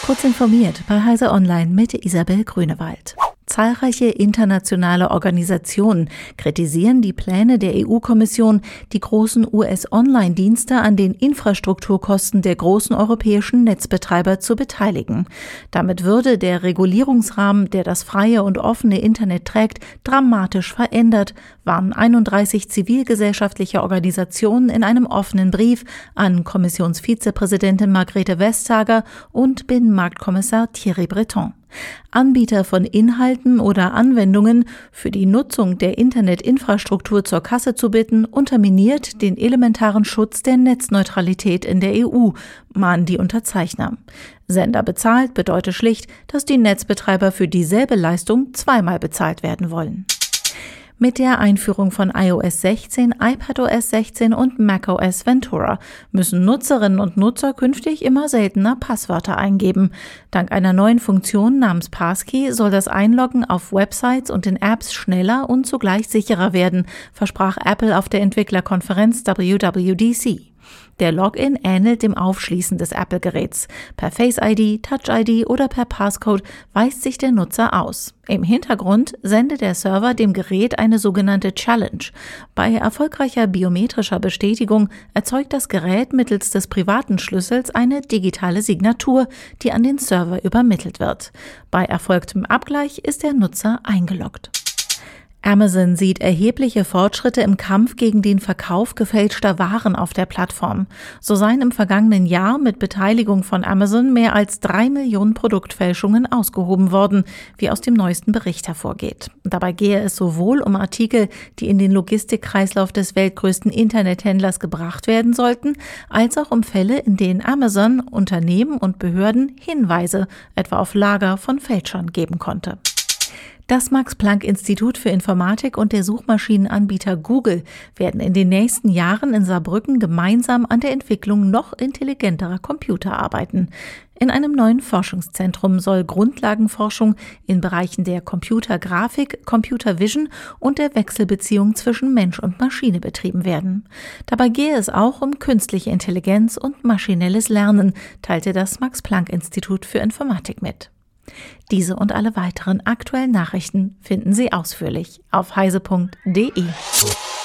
Kurz informiert bei Heise Online mit Isabel Grünewald. Zahlreiche internationale Organisationen kritisieren die Pläne der EU-Kommission, die großen US-Online-Dienste an den Infrastrukturkosten der großen europäischen Netzbetreiber zu beteiligen. Damit würde der Regulierungsrahmen, der das freie und offene Internet trägt, dramatisch verändert, warnen 31 zivilgesellschaftliche Organisationen in einem offenen Brief an Kommissionsvizepräsidentin Margrethe Vestager und Binnenmarktkommissar Thierry Breton. Anbieter von Inhalten oder Anwendungen für die Nutzung der Internetinfrastruktur zur Kasse zu bitten, unterminiert den elementaren Schutz der Netzneutralität in der EU, mahnen die Unterzeichner. Sender bezahlt bedeutet schlicht, dass die Netzbetreiber für dieselbe Leistung zweimal bezahlt werden wollen. Mit der Einführung von iOS 16, iPadOS 16 und macOS Ventura müssen Nutzerinnen und Nutzer künftig immer seltener Passwörter eingeben. Dank einer neuen Funktion namens Passkey soll das Einloggen auf Websites und in Apps schneller und zugleich sicherer werden, versprach Apple auf der Entwicklerkonferenz WWDC. Der Login ähnelt dem Aufschließen des Apple-Geräts. Per Face ID, Touch ID oder per Passcode weist sich der Nutzer aus. Im Hintergrund sendet der Server dem Gerät eine sogenannte Challenge. Bei erfolgreicher biometrischer Bestätigung erzeugt das Gerät mittels des privaten Schlüssels eine digitale Signatur, die an den Server übermittelt wird. Bei erfolgtem Abgleich ist der Nutzer eingeloggt. Amazon sieht erhebliche Fortschritte im Kampf gegen den Verkauf gefälschter Waren auf der Plattform. So seien im vergangenen Jahr mit Beteiligung von Amazon mehr als 3 Millionen Produktfälschungen ausgehoben worden, wie aus dem neuesten Bericht hervorgeht. Dabei gehe es sowohl um Artikel, die in den Logistikkreislauf des weltgrößten Internethändlers gebracht werden sollten, als auch um Fälle, in denen Amazon Unternehmen und Behörden Hinweise, etwa auf Lager von Fälschern, geben konnte. Das Max-Planck-Institut für Informatik und der Suchmaschinenanbieter Google werden in den nächsten Jahren in Saarbrücken gemeinsam an der Entwicklung noch intelligenterer Computer arbeiten. In einem neuen Forschungszentrum soll Grundlagenforschung in Bereichen der Computergrafik, Computer Vision und der Wechselbeziehung zwischen Mensch und Maschine betrieben werden. Dabei gehe es auch um künstliche Intelligenz und maschinelles Lernen, teilte das Max-Planck-Institut für Informatik mit. Diese und alle weiteren aktuellen Nachrichten finden Sie ausführlich auf heise.de.